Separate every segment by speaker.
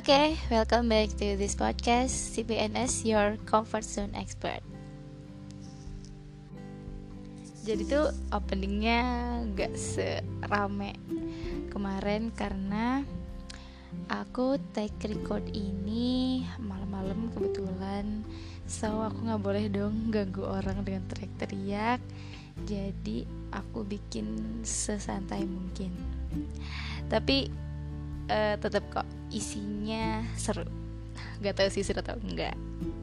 Speaker 1: Okay, welcome back to this podcast CPNS, your comfort zone expert. Jadi tuh openingnya gak serame kemarin karena aku take record ini malam-malam kebetulan. So aku gak boleh dong ganggu orang dengan teriak-teriak. Jadi aku bikin sesantai mungkin. Tapi tetap kok isinya seru. Gak tahu sih seru atau enggak.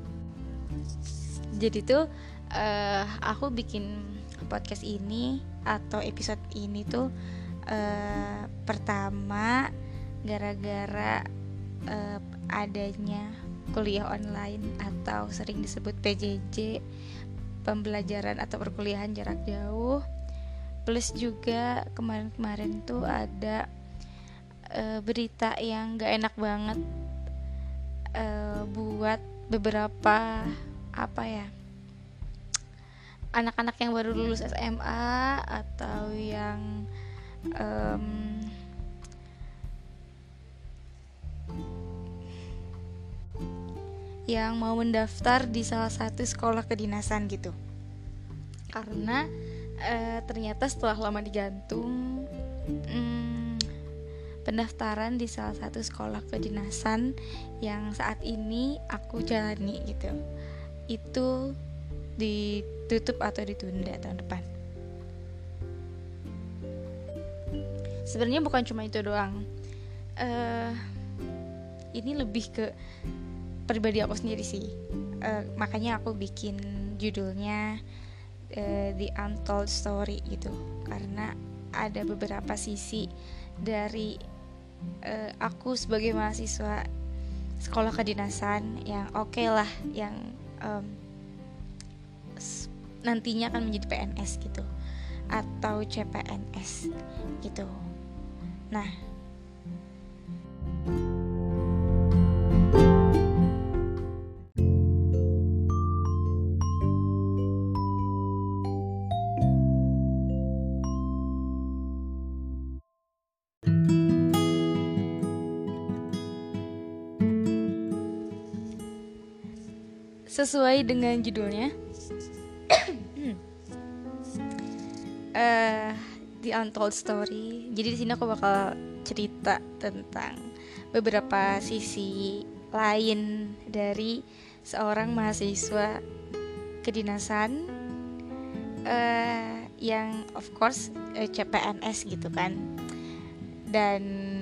Speaker 1: Jadi tuh aku bikin podcast ini atau episode ini tuh pertama gara-gara adanya kuliah online atau sering disebut PJJ, pembelajaran atau perkuliahan jarak jauh. Plus juga kemarin-kemarin tuh ada berita yang gak enak banget buat beberapa anak-anak yang baru lulus SMA atau yang mau mendaftar di salah satu sekolah kedinasan gitu. Karena ternyata setelah lama digantung pendaftaran di salah satu sekolah kedinasan yang saat ini aku jalani gitu, itu ditutup atau ditunda tahun depan. Sebenarnya bukan cuma itu doang, ini lebih ke pribadi aku sendiri sih. Makanya aku bikin judulnya The Untold Story gitu, karena ada beberapa sisi dari aku sebagai mahasiswa sekolah kedinasan yang oke lah, yang nantinya akan menjadi PNS gitu atau CPNS gitu. Nah, sesuai dengan judulnya The Untold Story. Jadi di sini aku bakal cerita tentang beberapa sisi lain dari seorang mahasiswa kedinasan yang of course CPNS gitu kan. Dan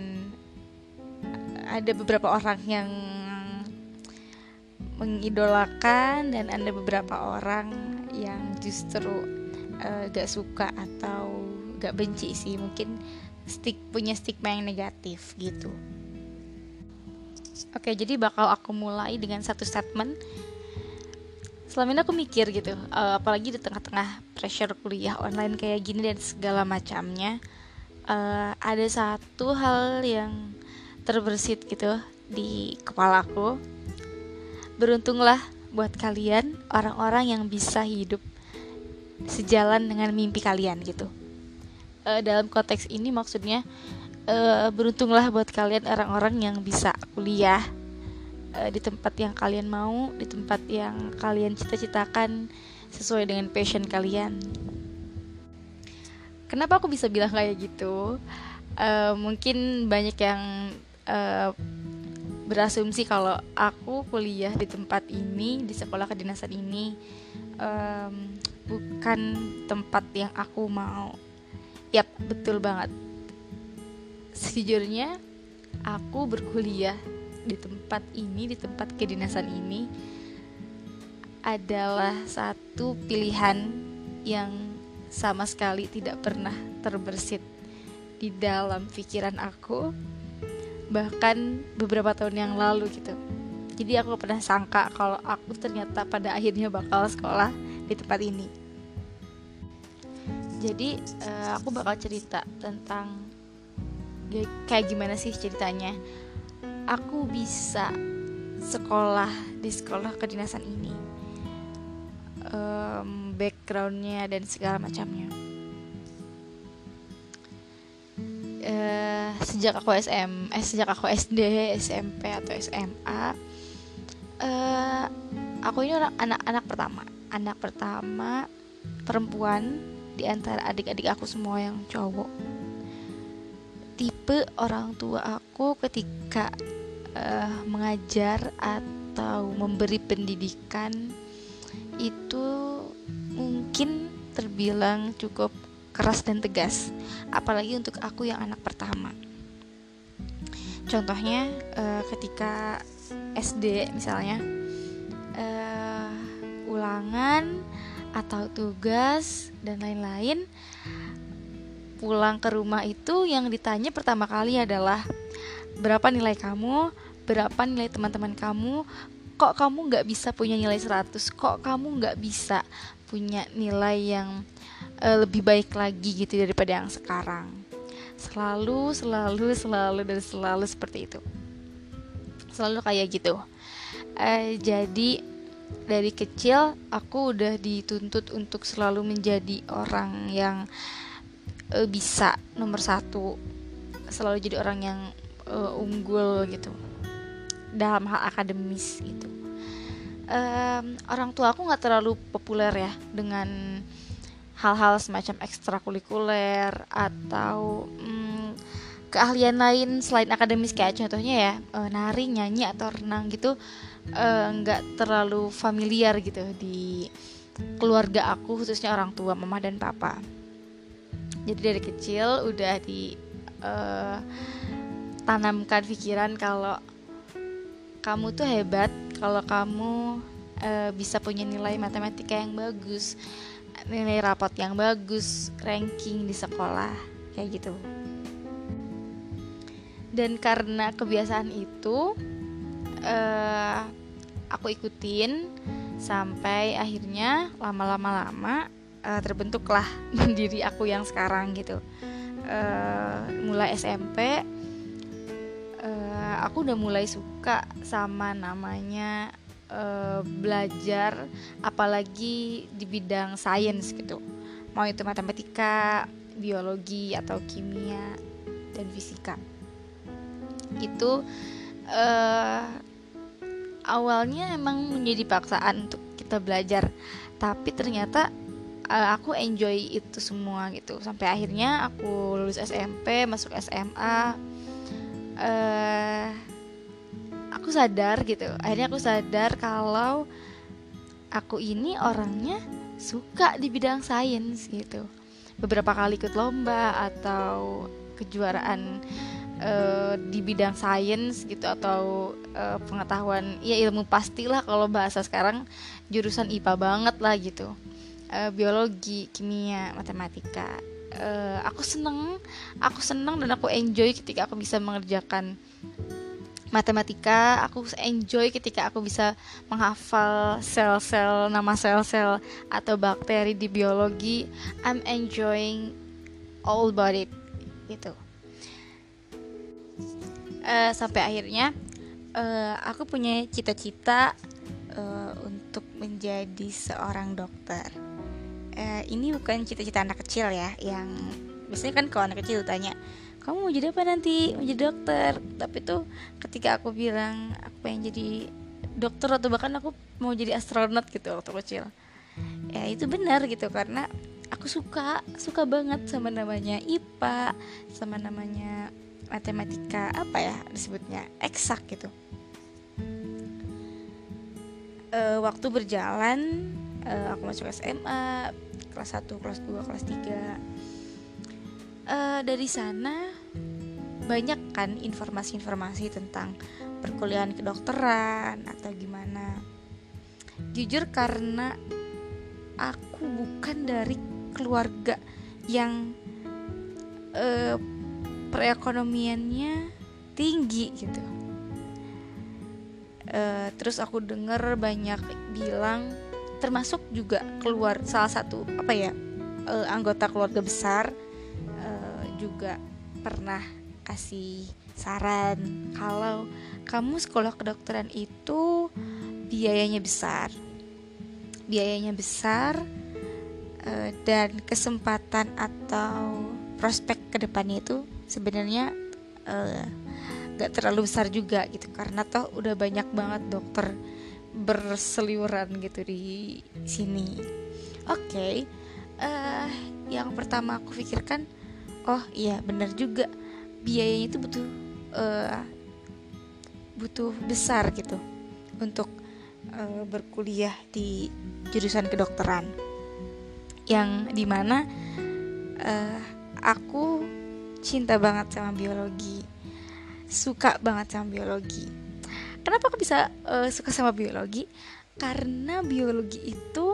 Speaker 1: ada beberapa orang yang mengidolakan dan ada beberapa orang yang justru gak suka atau gak benci sih, mungkin punya stigma yang negatif gitu. Oke, jadi bakal aku mulai dengan satu statement. Selama ini aku mikir gitu, apalagi di tengah-tengah pressure kuliah online kayak gini dan segala macamnya, ada satu hal yang terbersit gitu di kepala aku. Beruntunglah buat kalian orang-orang yang bisa hidup sejalan dengan mimpi kalian gitu. Dalam konteks ini maksudnya beruntunglah buat kalian orang-orang yang bisa kuliah di tempat yang kalian mau, di tempat yang kalian cita-citakan sesuai dengan passion kalian. Kenapa aku bisa bilang kayak gitu? Mungkin banyak yang berasumsi kalau aku kuliah di tempat ini, di sekolah kedinasan ini bukan tempat yang aku mau. Yap, betul banget. Sejujurnya aku berkuliah di tempat ini, di tempat kedinasan ini adalah satu pilihan yang sama sekali tidak pernah terbersit di dalam pikiran aku, bahkan beberapa tahun yang lalu gitu. Jadi aku pernah sangka kalau aku ternyata pada akhirnya bakal sekolah di tempat ini. Jadi aku bakal cerita tentang kayak gimana sih ceritanya aku bisa sekolah di sekolah kedinasan ini, backgroundnya dan segala macamnya. sejak aku SD, SMP atau SMA, aku ini anak pertama perempuan di antara adik-adik aku semua yang cowok. Tipe orang tua aku ketika mengajar atau memberi pendidikan itu mungkin terbilang cukup keras dan tegas, apalagi untuk aku yang anak pertama. Contohnya ketika SD misalnya, ulangan atau tugas dan lain-lain, pulang ke rumah itu yang ditanya pertama kali adalah berapa nilai kamu, berapa nilai teman-teman kamu, kok kamu gak bisa punya nilai 100, kok kamu gak bisa punya nilai yang lebih baik lagi gitu daripada yang sekarang. Selalu seperti itu. Selalu kayak gitu. Jadi dari kecil aku udah dituntut untuk selalu menjadi orang yang bisa nomor 1, selalu jadi orang yang unggul gitu dalam hal akademis gitu. Orang tua aku nggak terlalu populer ya dengan hal-hal semacam ekstrakurikuler atau keahlian lain selain akademis, kayak contohnya ya nari, nyanyi atau renang gitu, nggak terlalu familiar gitu di keluarga aku, khususnya orang tua, mama dan papa. Jadi dari kecil udah ditanamkan pikiran kalau kamu tuh hebat kalau kamu bisa punya nilai matematika yang bagus, nilai rapot yang bagus, ranking di sekolah, kayak gitu. Dan karena kebiasaan itu aku ikutin sampai akhirnya lama-lama terbentuklah diri aku yang sekarang gitu. Mulai SMP aku udah mulai suka sama namanya belajar, apalagi di bidang sains gitu, mau itu matematika, biologi atau kimia dan fisika. Itu awalnya emang menjadi paksaan untuk kita belajar, tapi ternyata aku enjoy itu semua gitu, sampai akhirnya aku lulus SMP, masuk SMA. Akhirnya aku sadar kalau aku ini orangnya suka di bidang sains gitu. Beberapa kali ikut lomba atau kejuaraan di bidang sains gitu, atau pengetahuan, ya ilmu pastilah kalau bahasa sekarang, jurusan IPA banget lah gitu, biologi, kimia, matematika. Aku seneng dan aku enjoy ketika aku bisa mengerjakan matematika. Aku enjoy ketika aku bisa menghafal nama sel-sel atau bakteri di biologi. I'm enjoying all about it gitu. Sampai akhirnya aku punya cita-cita untuk menjadi seorang dokter. Ini bukan cita-cita anak kecil ya, yang biasanya kan kalau anak kecil tanya, kamu mau jadi apa nanti? Mau jadi dokter. Tapi tuh ketika aku bilang aku pengen jadi dokter, atau bahkan aku mau jadi astronot gitu waktu kecil, ya itu benar gitu, karena aku suka banget sama namanya IPA, sama namanya matematika, apa ya disebutnya, eksak gitu. Waktu berjalan, aku masuk SMA, kelas 1, kelas 2, kelas 3. Dari sana banyak kan informasi-informasi tentang perkuliahan kedokteran atau gimana. Jujur karena aku bukan dari keluarga yang perekonomiannya tinggi gitu. Terus aku dengar banyak bilang, termasuk juga keluar salah satu anggota keluarga besar juga pernah kasih saran kalau kamu sekolah kedokteran itu biayanya besar, dan kesempatan atau prospek kedepannya itu sebenarnya gak terlalu besar juga gitu, karena toh udah banyak banget dokter berseliweran gitu di sini. Oke, yang pertama aku pikirkan, oh iya benar juga, biayanya itu butuh besar gitu untuk berkuliah di jurusan kedokteran, yang dimana aku cinta banget sama biologi, suka banget sama biologi. Kenapa aku bisa suka sama biologi? Karena biologi itu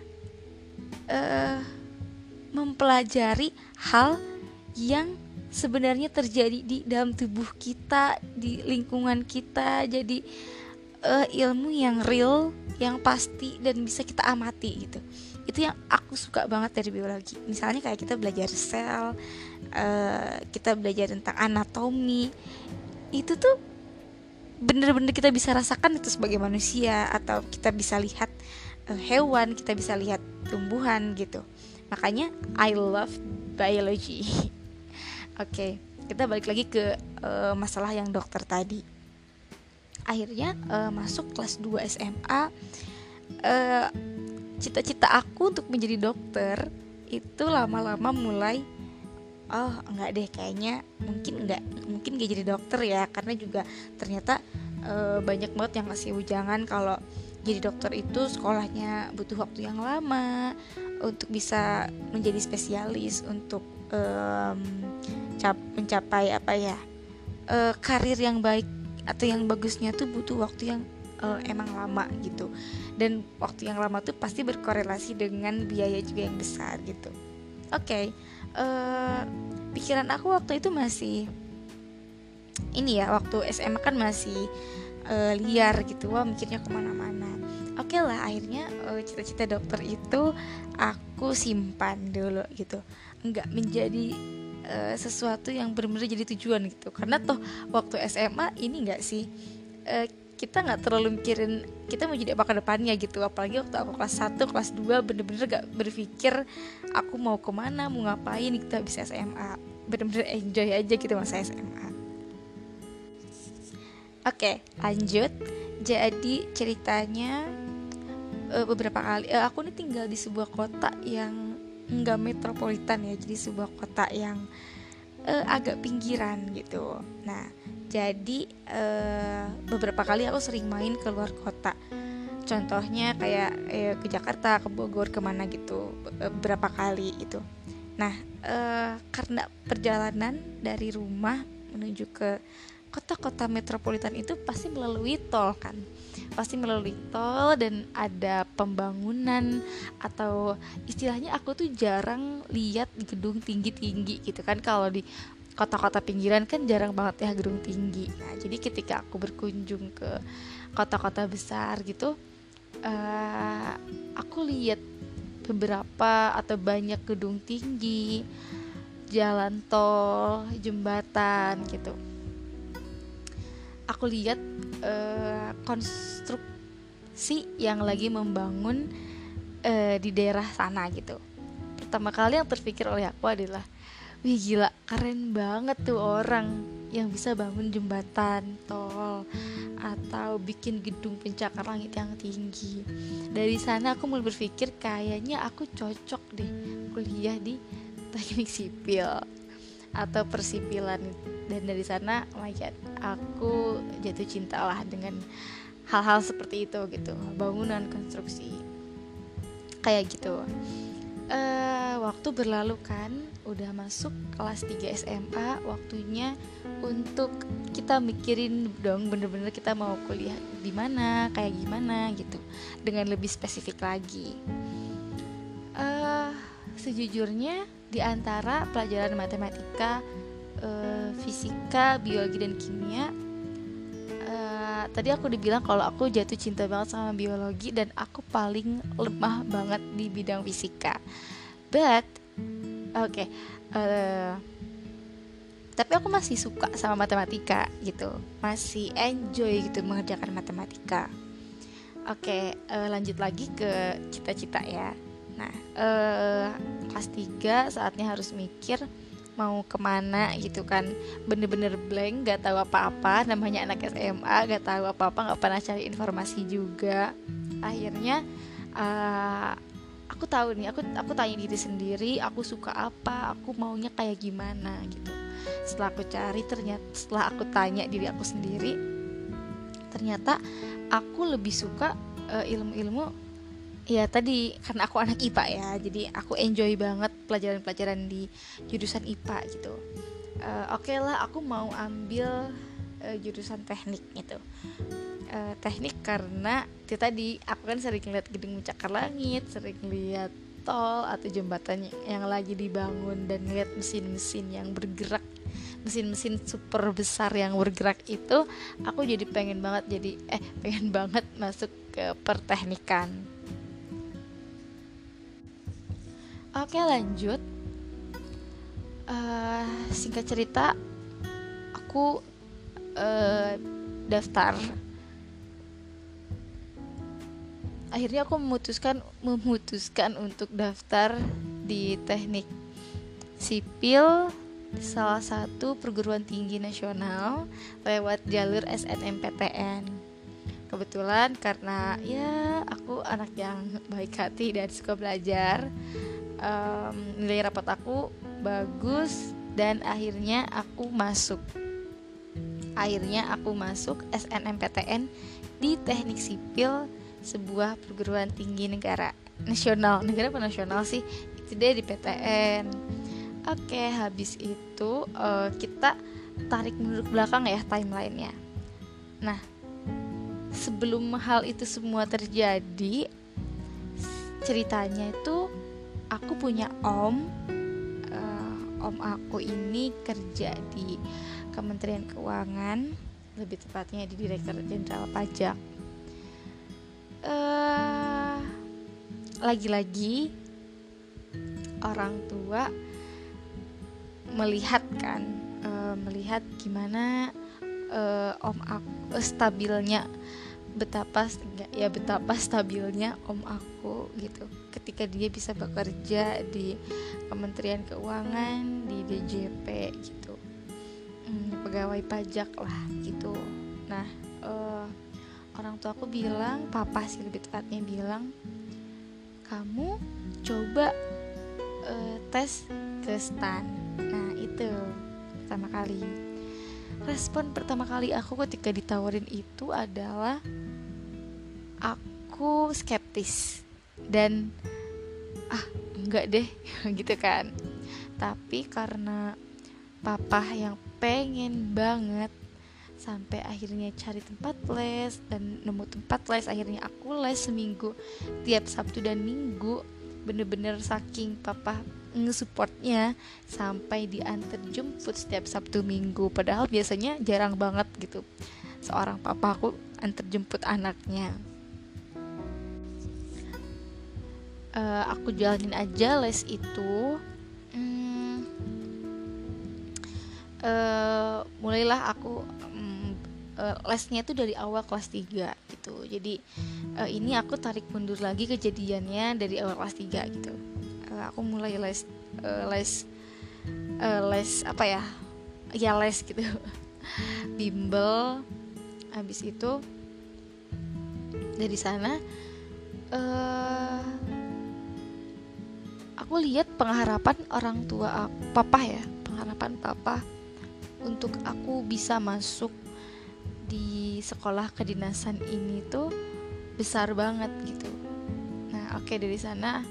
Speaker 1: mempelajari hal yang sebenarnya terjadi di dalam tubuh kita, di lingkungan kita. Jadi ilmu yang real, yang pasti dan bisa kita amati gitu. Itu yang aku suka banget dari biologi. Misalnya kayak kita belajar sel, kita belajar tentang anatomi, itu tuh bener-bener kita bisa rasakan itu sebagai manusia, atau kita bisa lihat hewan, kita bisa lihat tumbuhan gitu. Makanya I love biology. Oke, kita balik lagi ke masalah yang dokter tadi. Akhirnya masuk kelas 2 SMA, cita-cita aku untuk menjadi dokter itu lama-lama mulai, oh enggak deh, kayaknya mungkin gak jadi dokter ya, karena juga ternyata banyak banget yang ngasih ujangan kalau jadi dokter itu sekolahnya butuh waktu yang lama untuk bisa menjadi spesialis, untuk mencapai karir yang baik atau yang bagusnya tuh butuh waktu yang emang lama gitu, dan waktu yang lama tuh pasti berkorelasi dengan biaya juga yang besar gitu. Oke, pikiran aku waktu itu masih ini ya, waktu SMA kan masih liar gitu, wah mikirnya kemana-mana. Oke lah, akhirnya cita-cita dokter itu aku simpan dulu gitu, nggak menjadi sesuatu yang benar-benar jadi tujuan gitu, karena toh waktu SMA ini nggak sih, kita nggak terlalu mikirin kita mau jadi apa ke depannya gitu. Apalagi waktu aku kelas 1, kelas 2 bener-bener gak berpikir aku mau kemana, mau ngapain. Kita bisa SMA, bener-bener enjoy aja gitu masa SMA. Oke, lanjut. Jadi ceritanya beberapa kali aku nih tinggal di sebuah kota yang nggak metropolitan ya, jadi sebuah kota yang agak pinggiran gitu. Nah, jadi beberapa kali aku sering main ke luar kota. Contohnya kayak ke Jakarta, ke Bogor, kemana gitu, beberapa kali itu. Nah, karena perjalanan dari rumah menuju ke kota-kota metropolitan itu pasti melalui tol kan, pasti melalui tol, dan ada pembangunan, atau istilahnya aku tuh jarang lihat gedung tinggi-tinggi gitu kan. Kalau di kota-kota pinggiran kan jarang banget ya gedung tinggi. Nah, jadi ketika aku berkunjung ke kota-kota besar gitu, aku lihat beberapa atau banyak gedung tinggi, jalan tol, jembatan gitu. Aku lihat konstruksi yang lagi membangun di daerah sana gitu. Pertama kali yang terpikir oleh aku adalah, wih gila, keren banget tuh orang yang bisa bangun jembatan tol atau bikin gedung pencakar langit yang tinggi. Dari sana aku mulai berpikir, kayaknya aku cocok deh kuliah di teknik sipil atau persipilan. Dan dari sana, oh my god, aku jatuh cinta lah dengan hal-hal seperti itu gitu, bangunan, konstruksi kayak gitu. Waktu berlalu kan, udah masuk kelas 3 SMA, waktunya untuk kita mikirin dong bener-bener kita mau kuliah di mana, kayak gimana gitu, dengan lebih spesifik lagi. Sejujurnya di antara pelajaran matematika, fisika, biologi dan kimia, tadi aku dibilang kalau aku jatuh cinta banget sama biologi dan aku paling lemah banget di bidang fisika. But tapi aku masih suka sama matematika gitu, masih enjoy gitu mengerjakan matematika. Lanjut lagi ke cita-cita ya. Nah, kelas 3 saatnya harus mikir mau kemana gitu kan, bener-bener blank, gak tahu apa-apa, namanya anak SMA, gak tahu apa-apa, gak pernah cari informasi juga. Akhirnya aku tahu nih, aku tanya diri sendiri, aku suka apa, aku maunya kayak gimana gitu. Setelah aku cari, ternyata setelah aku tanya diri aku sendiri, ternyata aku lebih suka ilmu-ilmu, ya tadi karena aku anak IPA ya, jadi aku enjoy banget pelajaran-pelajaran di jurusan IPA gitu. Oke lah, aku mau ambil jurusan teknik gitu. Teknik karena itu tadi, aku kan sering lihat gedung mencakar langit, sering lihat tol atau jembatan yang lagi dibangun, dan lihat mesin-mesin yang bergerak, mesin-mesin super besar yang bergerak itu, aku jadi pengen banget masuk ke perteknikan. Oke, lanjut. Singkat cerita, aku daftar. Akhirnya aku memutuskan untuk daftar di teknik sipil, salah satu perguruan tinggi nasional, lewat jalur SNMPTN. Kebetulan karena ya aku anak yang baik hati dan suka belajar, nilai rapat aku bagus, dan akhirnya aku masuk SNMPTN di teknik sipil, sebuah perguruan tinggi negara apa nasional sih, itu deh, di PTN. Oke, habis itu kita tarik mundur ke belakang ya timelinenya. Nah, sebelum hal itu semua terjadi, ceritanya itu aku punya om aku ini kerja di Kementerian Keuangan, lebih tepatnya di Direktur Jenderal Pajak. Lagi-lagi orang tua melihat gimana om aku betapa stabilnya om aku gitu, ketika dia bisa bekerja di Kementerian Keuangan, di DJP gitu, pegawai pajak lah gitu. Nah, orang tua aku bilang, papa sih lebih tepatnya bilang, kamu coba tes ke STAN. Nah, itu respon pertama kali aku ketika ditawarin itu adalah aku skeptis dan enggak deh gitu kan. Tapi karena papa yang pengen banget, sampai akhirnya cari tempat les dan nemu tempat les, akhirnya aku les seminggu tiap Sabtu dan Minggu. Bener-bener saking papa nge-supportnya, sampai diantar jemput setiap Sabtu Minggu, padahal biasanya jarang banget gitu seorang papa aku antar jemput anaknya. Aku jalanin aja les itu. Mulailah aku lesnya itu dari awal kelas 3 gitu. Jadi ini aku tarik mundur lagi kejadiannya dari awal kelas 3 gitu. Aku mulai les apa ya? Ya les gitu. Bimbel. Habis itu dari sana aku lihat pengharapan orang tua pengharapan papa untuk aku bisa masuk di sekolah kedinasan ini tuh besar banget gitu. Nah, oke, dari sana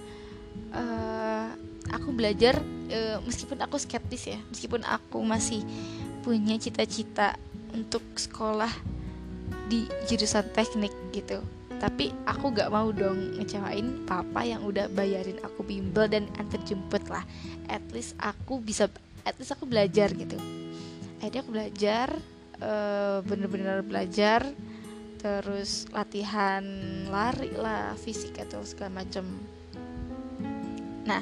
Speaker 1: aku belajar, meskipun aku skeptis ya, meskipun aku masih punya cita-cita untuk sekolah di jurusan teknik gitu, tapi aku gak mau dong ngecewain papa yang udah bayarin aku bimbel dan antar jemput lah. At least aku belajar gitu. Akhirnya aku belajar, bener-bener belajar, terus latihan lari lah, fisik atau segala macem. Nah,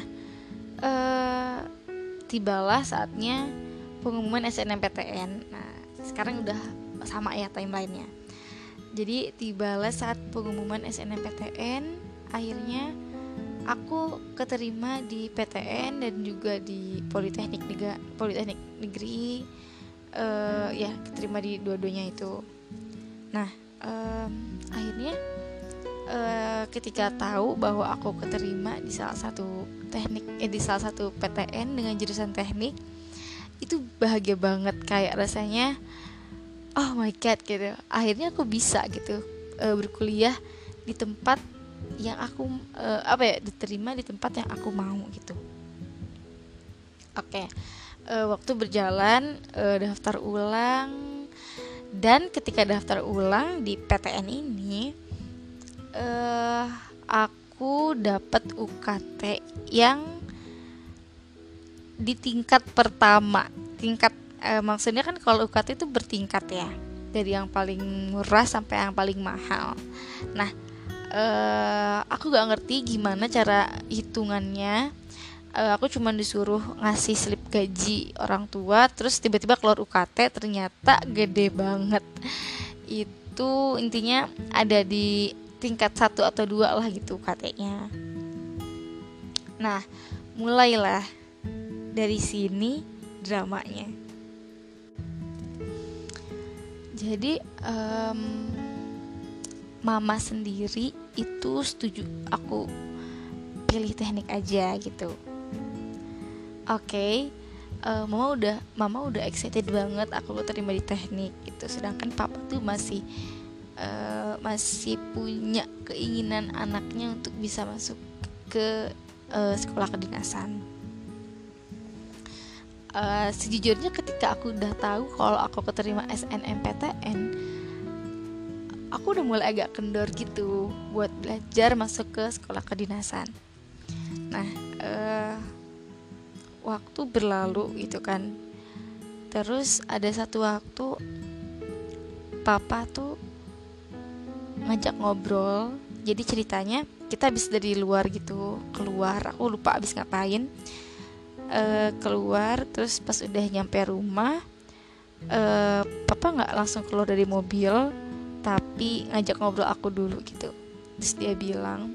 Speaker 1: tibalah saatnya pengumuman SNMPTN. Nah, sekarang udah sama ya timelinenya. Jadi tibalah saat pengumuman SNMPTN. Akhirnya aku keterima di PTN dan juga di Politeknik Negeri. Ya keterima di dua-duanya itu. Nah akhirnya ketika tahu bahwa aku keterima di salah satu di salah satu PTN dengan jurusan teknik, itu bahagia banget, kayak rasanya oh my god gitu. Akhirnya aku bisa gitu berkuliah di tempat yang aku diterima di tempat yang aku mau gitu. Oke. Waktu berjalan, daftar ulang, dan ketika daftar ulang di PTN ini, aku dapat UKT yang di tingkat pertama. Maksudnya kan kalau UKT itu bertingkat ya, dari yang paling murah sampai yang paling mahal. Nah, aku gak ngerti gimana cara hitungannya. Aku cuma disuruh ngasih slip gaji orang tua, terus tiba-tiba keluar UKT, ternyata gede banget. Itu intinya ada di tingkat 1 atau 2 lah gitu UKT-nya. Nah, mulailah dari sini dramanya. Jadi mama sendiri itu setuju aku pilih teknik aja gitu. Oke. Mama udah excited banget aku terima di teknik gitu. Sedangkan papa tuh masih punya keinginan anaknya untuk bisa masuk ke sekolah kedinasan. Sejujurnya ketika aku udah tahu kalau aku keterima SNMPTN, aku udah mulai agak kendor gitu buat belajar masuk ke sekolah kedinasan. Nah, waktu berlalu gitu kan. Terus ada satu waktu papa tuh ngajak ngobrol. Jadi ceritanya kita habis dari luar gitu, keluar, aku lupa habis ngapain. Keluar, terus pas udah nyampe rumah, papa nggak langsung keluar dari mobil, tapi ngajak ngobrol aku dulu gitu. Terus dia bilang,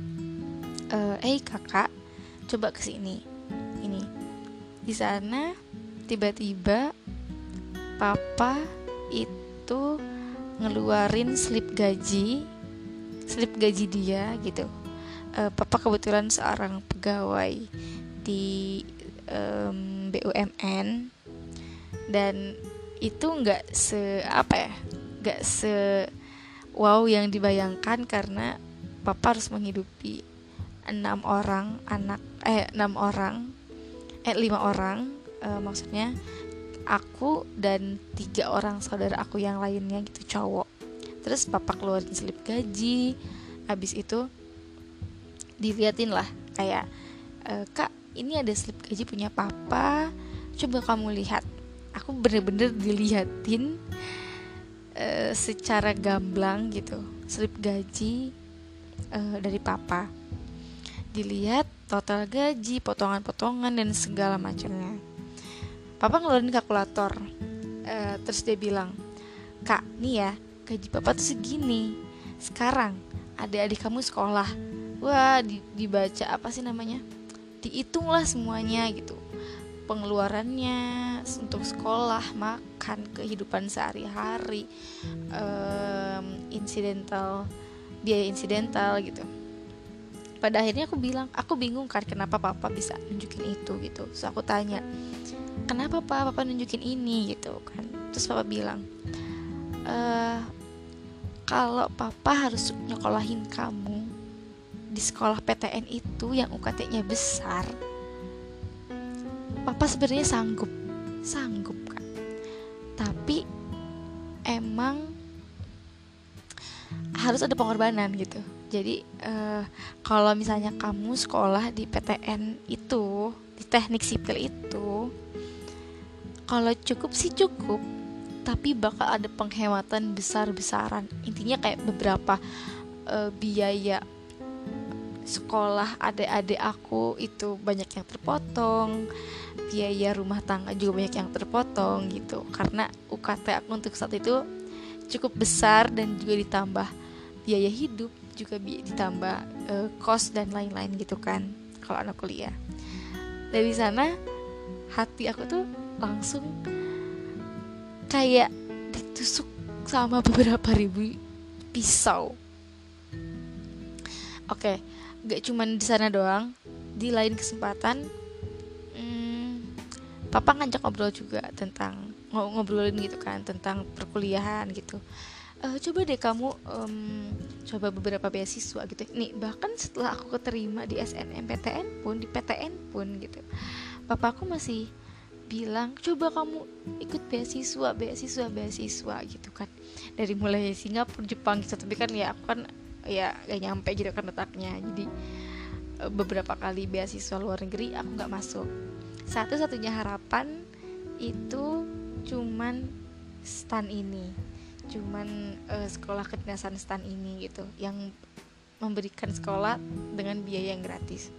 Speaker 1: kakak, coba kesini. Ini di sana tiba-tiba papa itu ngeluarin slip gaji dia gitu. Papa kebetulan seorang pegawai di BUMN, dan itu nggak se wow yang dibayangkan, karena papa harus menghidupi 5 orang, maksudnya aku dan 3 orang saudara aku yang lainnya gitu, cowok. Terus papa keluarin slip gaji, habis itu diliatin lah kayak, kak, ini ada slip gaji punya papa, coba kamu lihat. Aku bener-bener dilihatin secara gamblang gitu slip gaji dari papa. Dilihat total gaji, potongan-potongan dan segala macamnya. Papa ngeluarin kalkulator, terus dia bilang, kak, nih ya, gaji papa tuh segini. Sekarang adik-adik kamu sekolah, wah dibaca apa sih namanya, dihitunglah semuanya gitu, pengeluarannya untuk sekolah, makan, kehidupan sehari-hari, biaya insidental gitu. Pada akhirnya aku bingung kan kenapa papa bisa nunjukin itu gitu. Terus aku tanya, kenapa papa nunjukin ini gitu kan. Terus papa bilang, kalau papa harus nyekolahin kamu di sekolah PTN itu yang UKT-nya besar, papa sebenarnya sanggup kan, tapi emang harus ada pengorbanan gitu. Jadi kalau misalnya kamu sekolah di PTN itu, di teknik sipil itu, kalau cukup sih cukup, tapi bakal ada penghematan besar-besaran. Intinya kayak beberapa biaya sekolah adik-adik aku itu banyak yang terpotong, biaya rumah tangga juga banyak yang terpotong gitu, karena UKT aku untuk saat itu cukup besar, dan juga ditambah biaya hidup, juga ditambah kos dan lain-lain gitu kan kalau anak kuliah. Dari sana hati aku tuh langsung kayak ditusuk sama beberapa ribu pisau. Oke, gak cuman di sana doang, di lain kesempatan papa ngajak ngobrol juga tentang ngobrolin gitu kan tentang perkuliahan gitu. Coba deh kamu coba beberapa beasiswa gitu. Nih bahkan setelah aku keterima di SNMPTN pun, di PTN pun gitu, papaku masih bilang coba kamu ikut beasiswa gitu kan, dari mulai Singapura, Jepang gitu. Tapi kan ya aku kan ya gak nyampe gitu kan letaknya, jadi beberapa kali beasiswa luar negeri aku nggak masuk. Satu-satunya harapan itu cuman STAN ini, sekolah kedinasan STAN ini gitu, yang memberikan sekolah dengan biaya yang gratis.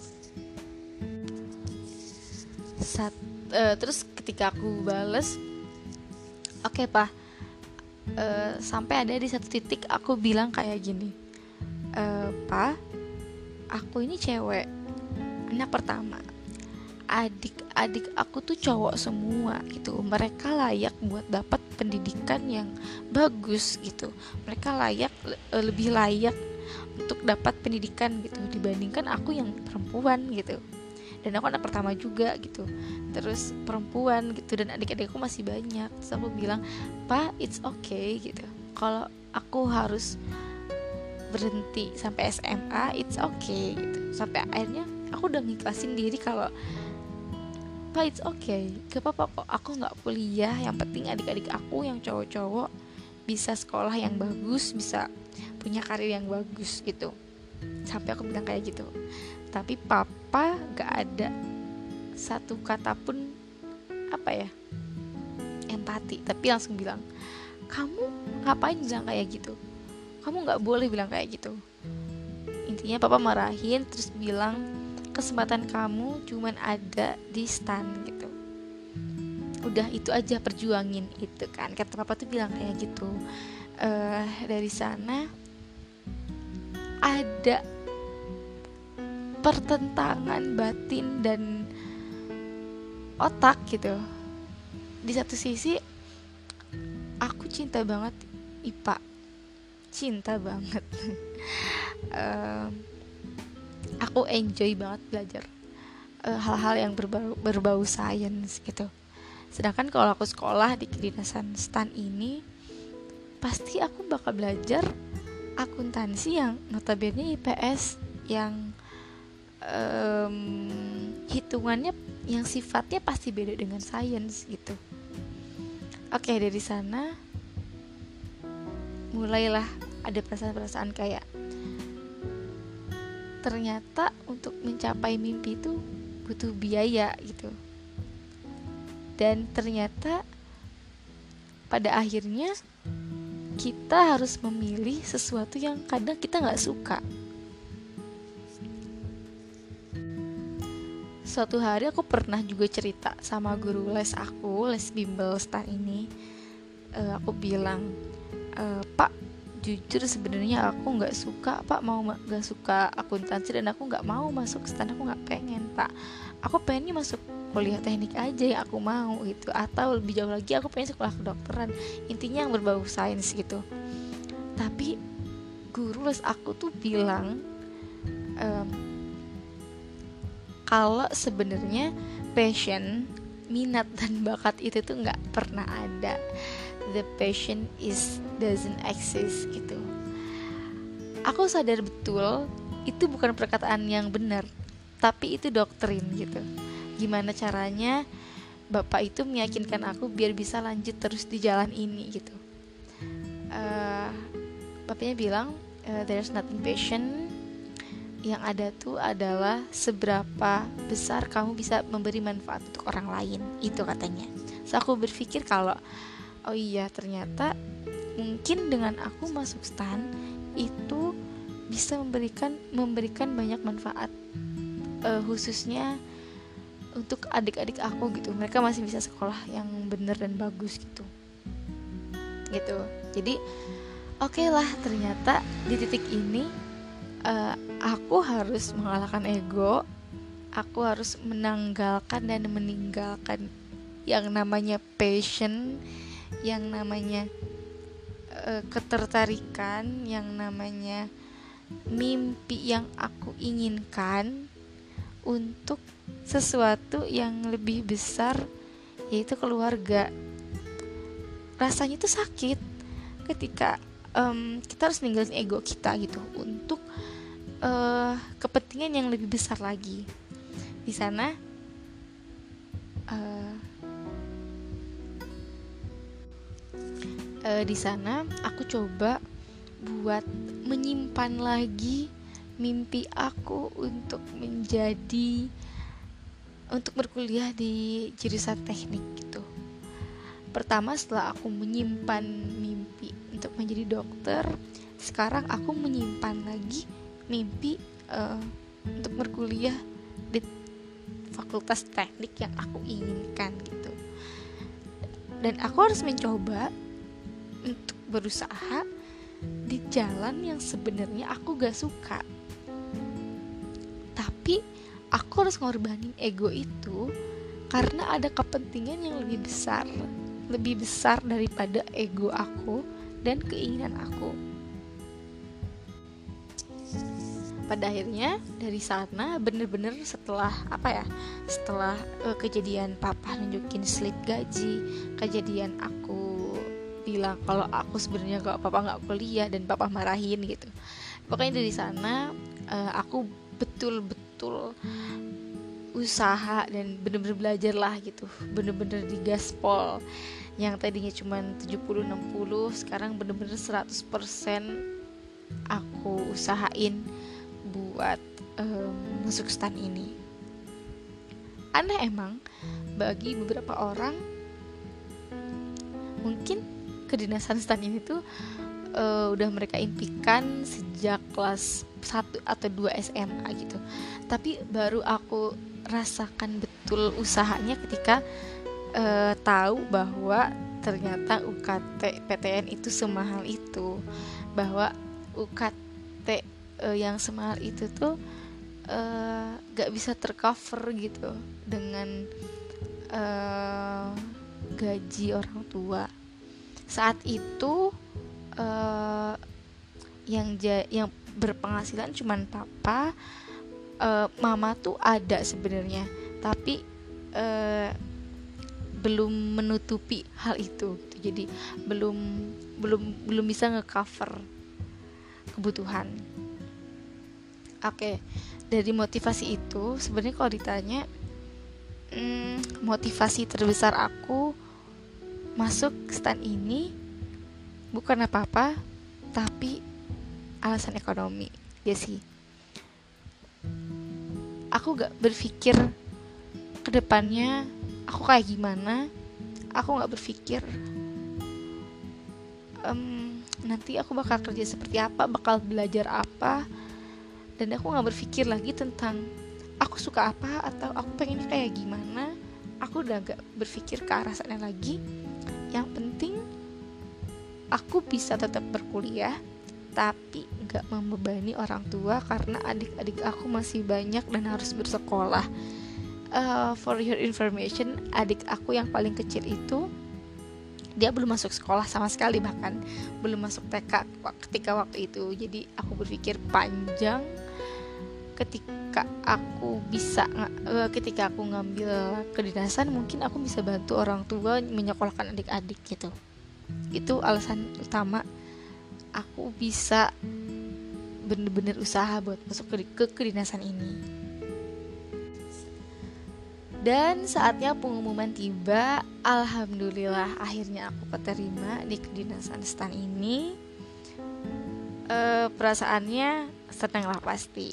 Speaker 1: Terus ketika aku bales, oke, Pak, sampai ada di satu titik aku bilang kayak gini, Pak, aku ini cewek, anak pertama, adik-adik aku tuh cowok semua gitu, mereka layak buat dapat pendidikan yang bagus gitu, mereka lebih layak untuk dapat pendidikan gitu dibandingkan aku yang perempuan gitu, dan aku anak pertama juga gitu, terus perempuan gitu, dan adik-adikku masih banyak. Terus aku bilang, Pak, it's okay gitu, kalau aku harus berhenti sampai SMA, it's okay gitu. Sampai akhirnya aku udah ngiklasin diri kalau, Pak, it's okay, gak apa-apa kok, aku gak kuliah, yang penting adik-adik aku yang cowok-cowok bisa sekolah yang bagus, bisa punya karir yang bagus gitu. Sampai aku bilang kayak gitu. Tapi papa gak ada satu kata pun empati, tapi langsung bilang, kamu ngapain bilang kayak gitu, kamu gak boleh bilang kayak gitu. Intinya papa marahin, terus bilang, kesempatan kamu cuman ada di STAN gitu, udah itu aja, perjuangin itu kan, kata papa tuh bilang kayak gitu. Dari sana ada pertentangan batin dan otak gitu. Di satu sisi aku cinta banget IPA, cinta banget aku enjoy banget belajar hal-hal yang berbau sains gitu. Sedangkan kalau aku sekolah di kedinasan STAN ini, pasti aku bakal belajar akuntansi yang notabene IPS, yang hitungannya yang sifatnya pasti beda dengan sains gitu. Oke, dari sana mulailah ada perasaan-perasaan kayak, ternyata untuk mencapai mimpi itu butuh biaya gitu. Dan ternyata pada akhirnya kita harus memilih sesuatu yang kadang kita gak suka. Suatu hari aku pernah juga cerita sama guru les aku, les bimbel STAN ini. Aku bilang, Pak, jujur sebenarnya aku nggak suka, Pak, nggak suka akuntansi, dan aku nggak mau masuk STAN, aku nggak pengen, Pak. Aku pengennya masuk kuliah teknik aja yang aku mau gitu, atau lebih jauh lagi aku pengen sekolah kedokteran, intinya yang berbau sains gitu. Tapi guru les aku tuh bilang, kalau sebenarnya passion, minat dan bakat itu tuh nggak pernah ada. The passion doesn't exist gitu. Aku sadar betul itu bukan perkataan yang benar, tapi itu doktrin gitu. Gimana caranya bapak itu meyakinkan aku biar bisa lanjut terus di jalan ini gitu. Bapaknya bilang, there's nothing passion, yang ada tuh adalah seberapa besar kamu bisa memberi manfaat untuk orang lain, itu katanya. So aku berpikir kalau, oh iya, ternyata mungkin dengan aku masuk STAN itu bisa memberikan banyak manfaat, khususnya untuk adik-adik aku gitu. Mereka masih bisa sekolah yang benar dan bagus gitu. Jadi oke lah, ternyata di titik ini aku harus mengalahkan ego, aku harus menanggalkan dan meninggalkan yang namanya passion, yang namanya ketertarikan, yang namanya mimpi yang aku inginkan untuk sesuatu yang lebih besar, yaitu keluarga. Rasanya tuh sakit ketika kita harus ninggalin ego kita gitu untuk kepentingan yang lebih besar lagi. Di sana di sana aku coba buat menyimpan lagi mimpi aku untuk berkuliah di jurusan teknik gitu. Pertama, setelah aku menyimpan mimpi untuk menjadi dokter, sekarang aku menyimpan lagi mimpi untuk berkuliah di fakultas teknik yang aku inginkan gitu. Dan aku harus mencoba untuk berusaha di jalan yang sebenarnya aku gak suka, tapi aku harus ngorbanin ego itu karena ada kepentingan yang lebih besar daripada ego aku dan keinginan aku. Pada akhirnya dari sana bener-bener setelah kejadian papa nunjukin slip gaji, kejadian aku bilang kalau aku sebenarnya papa nggak kuliah dan papa marahin gitu. Pokoknya dari sana aku betul-betul usaha dan bener-bener belajar lah gitu, bener-bener digaspol. Yang tadinya cuma 70-60, sekarang bener-bener 100% aku usahain buat masuk stan ini. Aneh emang, bagi beberapa orang mungkin kedinasan stan ini tuh udah mereka impikan sejak kelas 1 atau 2 SMA gitu. Tapi baru aku rasakan betul usahanya ketika tahu bahwa ternyata UKT PTN itu semahal itu, bahwa UKT yang semahal itu tuh gak bisa tercover gitu dengan gaji orang tua. Saat itu yang berpenghasilan cuman papa, mama tuh ada sebenarnya, tapi belum menutupi hal itu gitu. Jadi belum bisa ngecover kebutuhan. Oke, dari motivasi itu sebenarnya kalau ditanya motivasi terbesar aku masuk stan ini bukan apa-apa, tapi alasan ekonomi ya sih. Aku gak berpikir kedepannya aku kayak gimana, aku gak berpikir nanti aku bakal kerja seperti apa, bakal belajar apa. Dan aku gak berpikir lagi tentang aku suka apa atau aku pengennya kayak gimana. Aku udah gak berpikir ke arah sana lagi. Yang penting aku bisa tetap berkuliah, tapi gak membebani orang tua karena adik-adik aku masih banyak dan harus bersekolah. For your information, adik aku yang paling kecil itu dia belum masuk sekolah sama sekali, bahkan belum masuk TK ketika waktu itu. Jadi aku berpikir panjang ketika aku ngambil kedinasan, mungkin aku bisa bantu orang tua menyekolahkan adik-adik gitu. Itu alasan utama aku bisa bener-bener usaha buat masuk ke kedinasan ini. Dan saatnya pengumuman tiba. Alhamdulillah akhirnya aku keterima di kedinasan stan ini. Perasaannya senang lah pasti.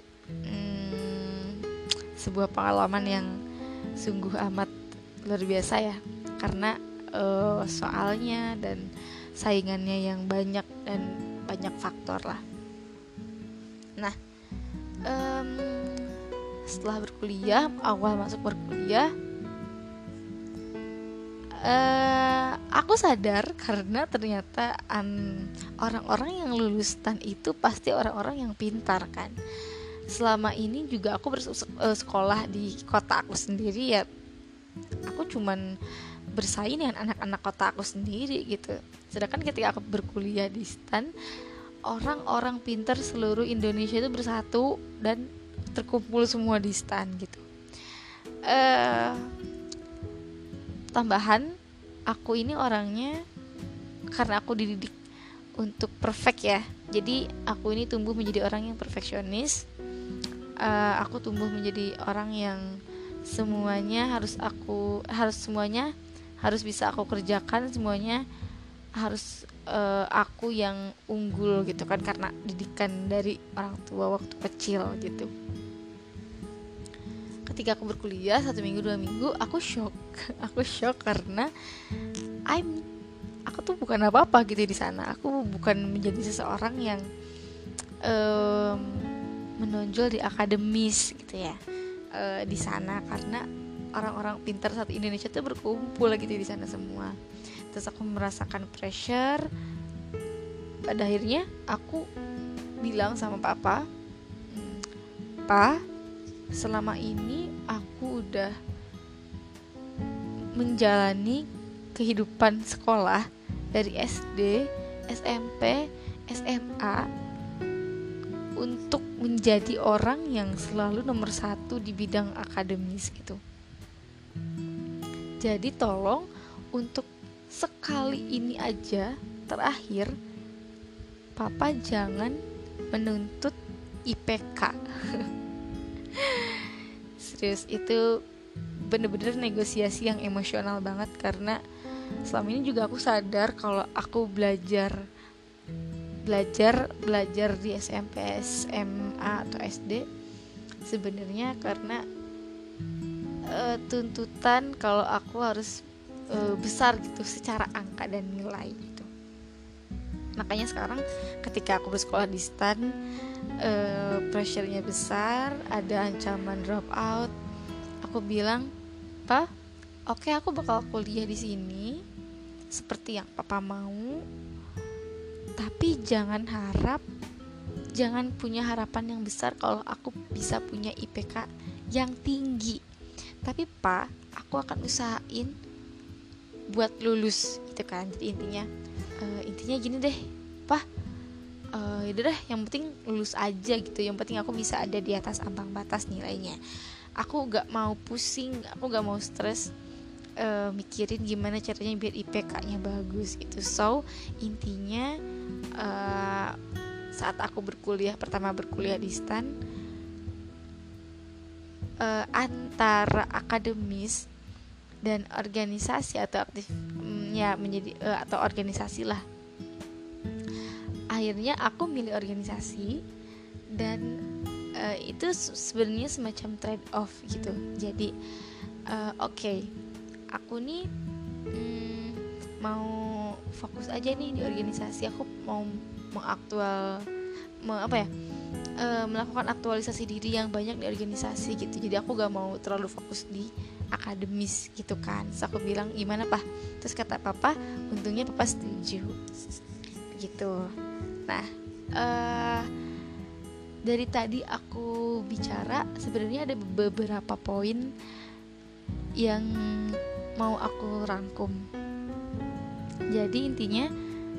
Speaker 1: Sebuah pengalaman yang sungguh amat luar biasa ya, karena soalnya dan saingannya yang banyak dan banyak faktor lah. Nah, setelah berkuliah, awal masuk berkuliah, aku sadar karena ternyata orang-orang yang lulus STAN itu pasti orang-orang yang pintar kan. Selama ini juga aku sekolah di kota aku sendiri ya, aku cuman bersaing dengan anak-anak kota aku sendiri gitu. Sedangkan ketika aku berkuliah di STAN, orang-orang pintar seluruh Indonesia itu bersatu dan terkumpul semua di STAN gitu. Tambahan, aku ini orangnya, karena aku dididik untuk perfect ya, jadi aku ini tumbuh menjadi orang yang perfeksionis. Aku tumbuh menjadi orang yang semuanya harus bisa aku kerjakan, semuanya harus aku yang unggul gitu kan, karena didikan dari orang tua waktu kecil gitu. Ketika aku berkuliah 1 minggu 2 minggu, aku shock karena aku tuh bukan apa-apa gitu di sana. Aku bukan menjadi seseorang yang menonjol di akademis gitu ya di sana, karena orang-orang pintar satu Indonesia tuh berkumpul gitu di sana semua. Terus aku merasakan pressure. Pada akhirnya aku bilang sama papa, "Pa, selama ini aku udah menjalani kehidupan sekolah dari SD, SMP, SMA untuk menjadi orang yang selalu nomor 1 di bidang akademis gitu. Jadi tolong untuk sekali ini aja, terakhir, papa jangan menuntut IPK." Serius, itu bener-bener negosiasi yang emosional banget, karena selama ini juga aku sadar kalau aku belajar di SMP, SMA atau SD sebenarnya karena tuntutan kalau aku harus besar gitu secara angka dan nilai gitu. Makanya sekarang ketika aku bersekolah di STAN, pressure-nya besar, ada ancaman drop out. Aku bilang, "Pa, oke, aku bakal kuliah di sini seperti yang papa mau. Tapi jangan punya harapan yang besar kalau aku bisa punya IPK yang tinggi. Tapi Pa, aku akan usahain buat lulus," gitu kan. Jadi intinya gini deh, Pa, yaudah deh, yang penting lulus aja gitu. Yang penting aku bisa ada di atas ambang batas nilainya. Aku gak mau pusing, aku gak mau stres mikirin gimana caranya biar IPK-nya bagus gitu. So intinya saat aku pertama berkuliah di STAN, antara akademis dan organisasi atau atau organisasi lah, akhirnya aku milih organisasi. Dan itu sebenarnya semacam trade off gitu. Jadi oke, aku nih mau fokus aja nih di organisasi. Aku mau melakukan aktualisasi diri yang banyak di organisasi gitu. Jadi aku gak mau terlalu fokus di akademis gitu kan. Terus aku bilang, "Gimana, Pa?" Terus kata papa, untungnya papa setuju gitu. Nah, dari tadi aku bicara, sebenarnya ada beberapa poin yang mau aku rangkum. Jadi intinya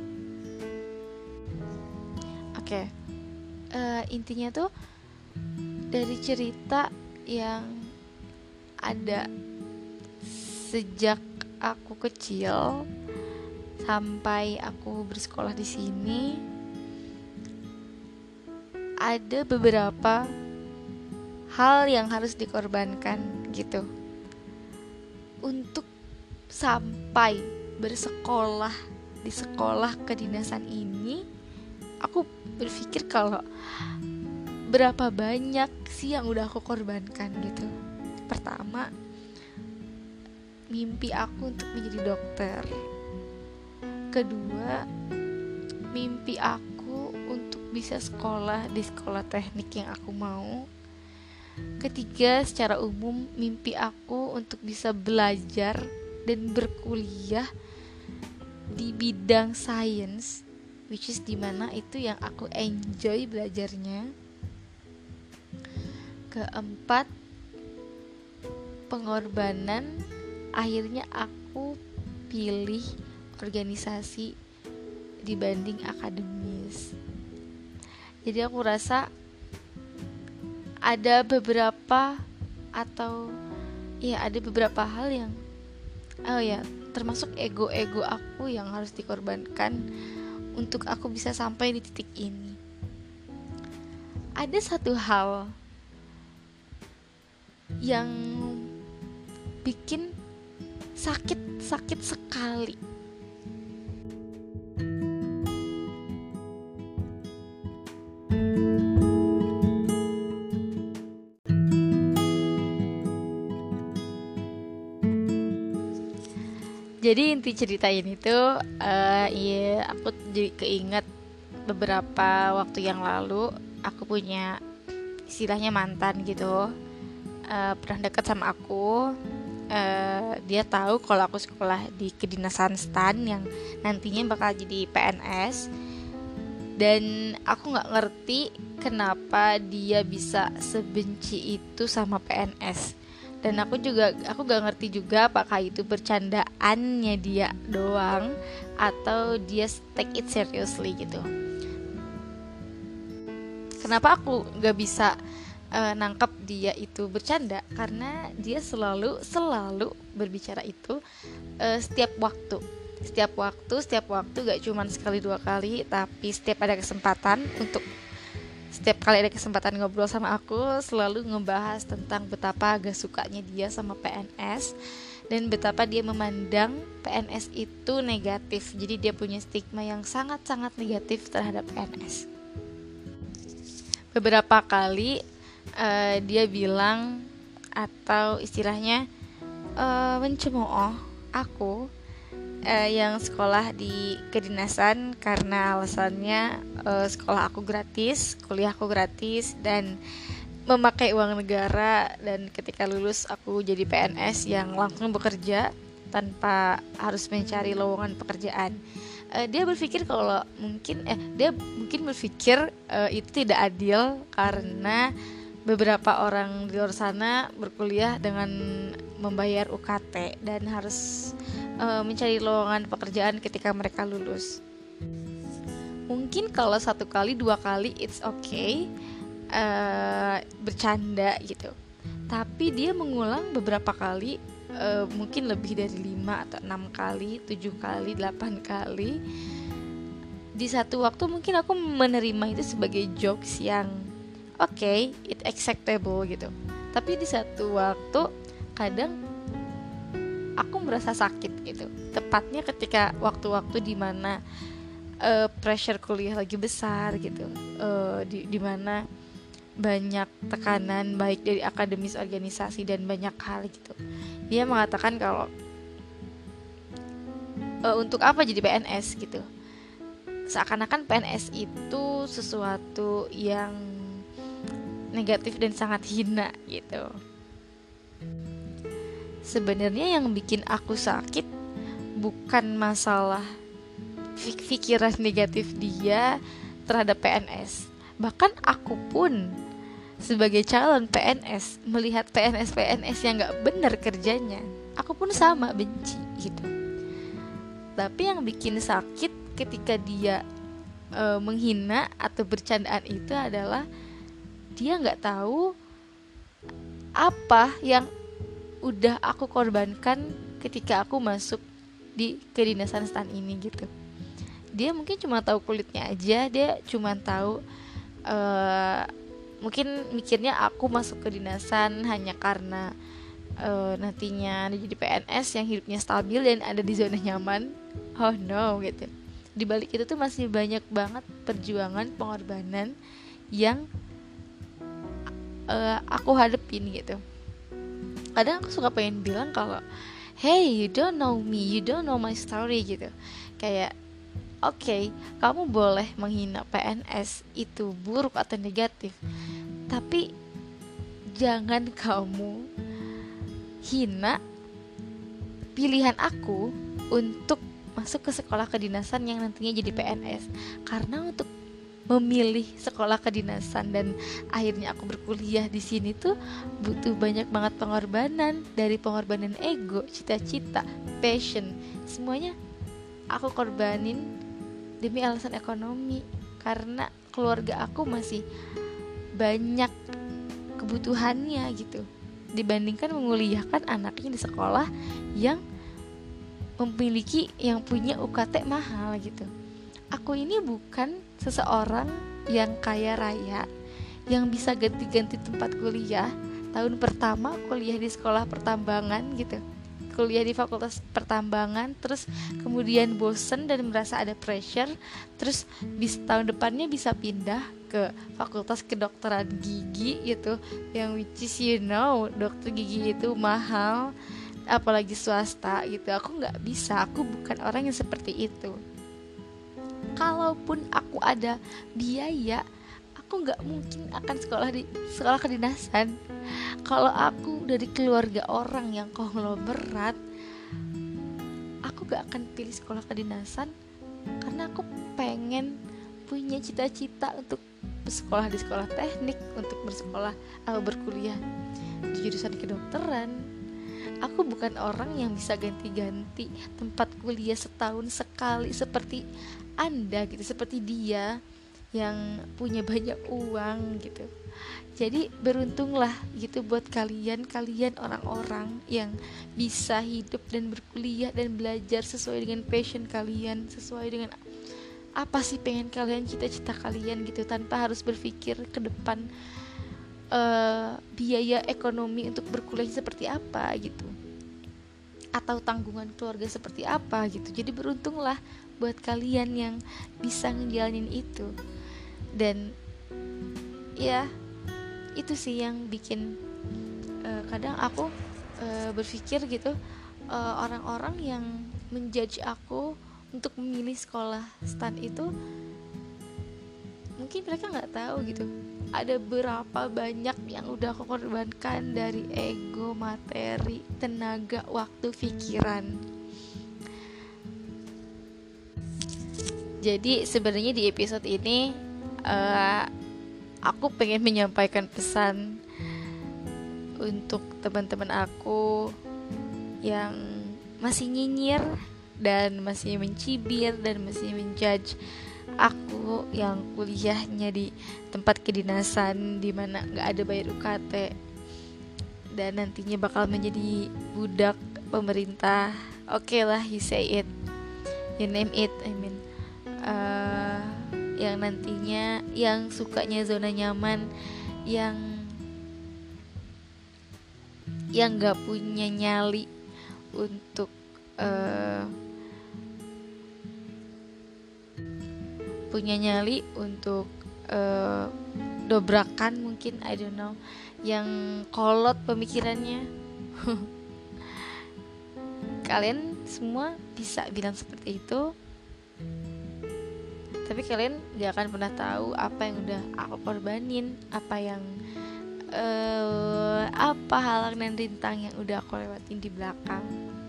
Speaker 1: intinya tuh dari cerita yang ada sejak aku kecil sampai aku bersekolah di sini, ada beberapa hal yang harus dikorbankan gitu untuk sampai bersekolah di sekolah kedinasan ini. Aku berpikir kalau berapa banyak sih yang udah aku korbankan gitu. Pertama, mimpi aku untuk menjadi dokter. Kedua, mimpi aku untuk bisa sekolah di sekolah teknik yang aku mau. Ketiga, secara umum mimpi aku untuk bisa belajar dan berkuliah di bidang sains which is dimana itu yang aku enjoy belajarnya. Keempat, pengorbanan. Akhirnya aku pilih organisasi dibanding akademis. Jadi aku rasa ada beberapa hal yang termasuk ego aku yang harus dikorbankan untuk aku bisa sampai di titik ini. Ada satu hal yang bikin sakit sekali. Jadi inti cerita ini tuh aku jadi keinget beberapa waktu yang lalu aku punya istilahnya mantan gitu, pernah dekat sama aku. Dia tahu kalau aku sekolah di kedinasan STAN yang nantinya bakal jadi PNS, dan aku nggak ngerti kenapa dia bisa sebenci itu sama PNS. Dan aku gak ngerti juga apakah itu bercandaannya dia doang atau dia take it seriously gitu. Kenapa aku gak bisa nangkap dia itu bercanda? Karena dia selalu berbicara itu setiap waktu, gak cuma sekali dua kali, tapi setiap kali ada kesempatan ngobrol sama aku, selalu ngebahas tentang betapa gak sukanya dia sama PNS dan betapa dia memandang PNS itu negatif. Jadi dia punya stigma yang sangat-sangat negatif terhadap PNS. Beberapa kali dia bilang atau istilahnya mencemooh aku yang sekolah di kedinasan karena alasannya sekolah aku gratis, kuliah aku gratis, dan memakai uang negara, dan ketika lulus aku jadi PNS yang langsung bekerja tanpa harus mencari lowongan pekerjaan. Dia berpikir itu tidak adil karena beberapa orang di luar sana berkuliah dengan membayar UKT dan harus mencari lowongan pekerjaan ketika mereka lulus. Mungkin kalau 1 kali 2 kali it's okay, bercanda gitu. Tapi dia mengulang beberapa kali, mungkin lebih dari 5 atau 6 kali, 7 kali, 8 kali. Di satu waktu mungkin aku menerima itu sebagai jokes yang okay, it acceptable gitu. Tapi di satu waktu kadang aku merasa sakit gitu. Tepatnya ketika waktu-waktu dimana pressure kuliah lagi besar gitu, dimana banyak tekanan baik dari akademis, organisasi, dan banyak hal gitu. Dia mengatakan kalau untuk apa jadi PNS gitu. Seakan-akan PNS itu sesuatu yang negatif dan sangat hina gitu. Sebenarnya yang bikin aku sakit bukan masalah pikiran negatif dia terhadap PNS. Bahkan aku pun sebagai calon PNS melihat PNS yang gak benar kerjanya, aku pun sama benci gitu. Tapi yang bikin sakit ketika dia menghina atau bercandaan itu adalah dia gak tahu apa yang udah aku korbankan ketika aku masuk di kedinasan STAN ini gitu. Dia mungkin cuma tahu kulitnya aja, dia cuma tahu mungkin mikirnya aku masuk kedinasan hanya karena nantinya jadi PNS yang hidupnya stabil dan ada di zona nyaman. Oh no gitu. Di balik itu tuh masih banyak banget perjuangan, pengorbanan yang aku hadepin gitu. Kadang aku suka pengen bilang kalau hey, you don't know me, you don't know my story gitu. Kayak okay, kamu boleh menghina PNS itu buruk atau negatif, tapi jangan kamu hina pilihan aku untuk masuk ke sekolah kedinasan yang nantinya jadi PNS. Karena untuk memilih sekolah kedinasan dan akhirnya aku berkuliah di sini tuh butuh banyak banget pengorbanan, dari pengorbanan ego, cita-cita, passion, semuanya aku korbanin demi alasan ekonomi. Karena keluarga aku masih banyak kebutuhannya gitu, dibandingkan menguliahkan anaknya di sekolah yang memiliki, yang punya UKT mahal gitu. Aku ini bukan seseorang yang kaya raya yang bisa ganti-ganti tempat kuliah. Tahun pertama kuliah di sekolah pertambangan gitu, kuliah di fakultas pertambangan, terus kemudian bosen dan merasa ada pressure, terus tahun depannya bisa pindah ke fakultas kedokteran gigi gitu, yang which is dokter gigi itu mahal, apalagi swasta gitu. Aku nggak bisa, aku bukan orang yang seperti itu. Kalaupun aku ada biaya, aku nggak mungkin akan sekolah di sekolah kedinasan. Kalau aku dari keluarga orang yang konglomerat, aku gak akan pilih sekolah kedinasan, karena aku pengen punya cita-cita untuk bersekolah di sekolah teknik, untuk bersekolah atau berkuliah di jurusan kedokteran. Aku bukan orang yang bisa ganti-ganti tempat kuliah setahun sekali seperti Anda gitu, seperti dia yang punya banyak uang gitu. Jadi beruntunglah gitu buat kalian orang-orang yang bisa hidup dan berkuliah dan belajar sesuai dengan passion kalian, sesuai dengan apa sih pengen kalian, cita-cita kalian gitu, tanpa harus berpikir ke depan biaya ekonomi untuk berkuliah seperti apa gitu, atau tanggungan keluarga seperti apa gitu. Jadi beruntunglah buat kalian yang bisa ngejalanin itu. Dan ya itu sih yang bikin kadang aku berpikir gitu, orang-orang yang menjudge aku untuk memilih sekolah STAN itu, mungkin mereka nggak tahu gitu, ada berapa banyak yang udah aku korbankan dari ego, materi, tenaga, waktu, pikiran. Jadi sebenarnya di episode ini aku pengen menyampaikan pesan untuk teman-teman aku yang masih nyinyir dan masih mencibir dan masih menjudge aku yang kuliahnya di tempat kedinasan di mana nggak ada bayar UKT dan nantinya bakal menjadi budak pemerintah. Oke lah, you say it, you name it, I mean yang nantinya yang sukanya zona nyaman, yang nggak punya nyali untuk dobrakan mungkin, I don't know, yang kolot pemikirannya. Kalian semua bisa bilang seperti itu, tapi kalian gak akan pernah tahu apa yang udah aku korbanin, apa halang dan rintang yang udah aku lewatin di belakang.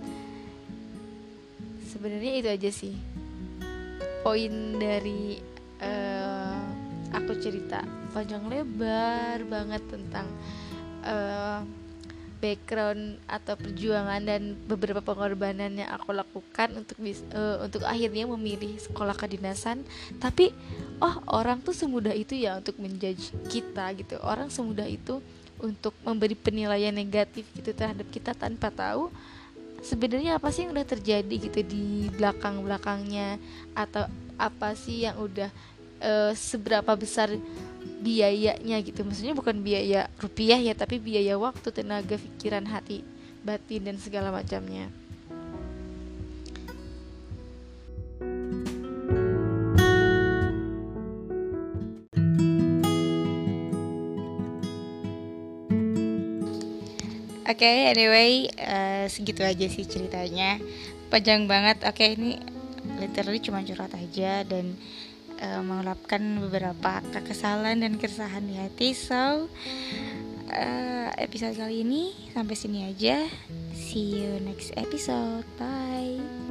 Speaker 1: Sebenarnya itu aja sih poin dari aku cerita panjang lebar banget tentang background atau perjuangan dan beberapa pengorbanan yang aku lakukan untuk akhirnya memilih sekolah kedinasan. Tapi orang tuh semudah itu ya untuk menjudge kita gitu. Orang semudah itu untuk memberi penilaian negatif gitu terhadap kita tanpa tahu sebenarnya apa sih yang udah terjadi gitu di belakang-belakangnya, atau apa sih yang udah seberapa besar biayanya gitu. Maksudnya bukan biaya rupiah ya, tapi biaya waktu, tenaga, pikiran, hati, batin, dan segala macamnya. Oke, anyway, segitu aja sih ceritanya. Panjang banget. Oke, ini literally cuma curhat aja dan mengungkapkan beberapa kekesalan dan keresahan di hati. So episode kali ini sampai sini aja. See you next episode. Bye.